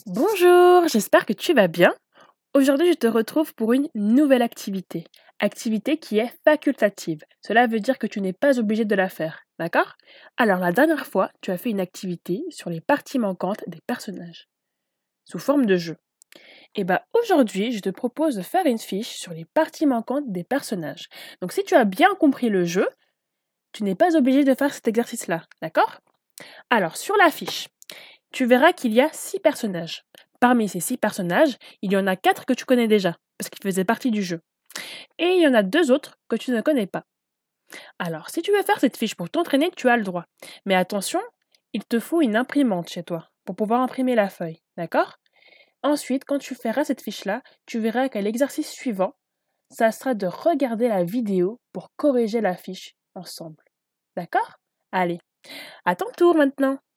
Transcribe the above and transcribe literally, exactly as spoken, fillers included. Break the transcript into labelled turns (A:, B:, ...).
A: Bonjour, j'espère que tu vas bien. Aujourd'hui, je te retrouve pour une nouvelle activité. Activité qui est facultative. Cela veut dire que tu n'es pas obligé de la faire, d'accord? Alors, la dernière fois, tu as fait une activité sur les parties manquantes des personnages, sous forme de jeu. Et bah aujourd'hui, je te propose de faire une fiche sur les parties manquantes des personnages. Donc, si tu as bien compris le jeu, tu n'es pas obligé de faire cet exercice-là, d'accord? Alors, sur la fiche, tu verras qu'il y a six personnages. Parmi ces six personnages, il y en a quatre que tu connais déjà, parce qu'ils faisaient partie du jeu. Et il y en a deux autres que tu ne connais pas. Alors, si tu veux faire cette fiche pour t'entraîner, tu as le droit. Mais attention, il te faut une imprimante chez toi pour pouvoir imprimer la feuille, d'accord? Ensuite, quand tu feras cette fiche-là, tu verras qu'à l'exercice suivant, ça sera de regarder la vidéo pour corriger la fiche ensemble. D'accord? Allez, à ton tour maintenant.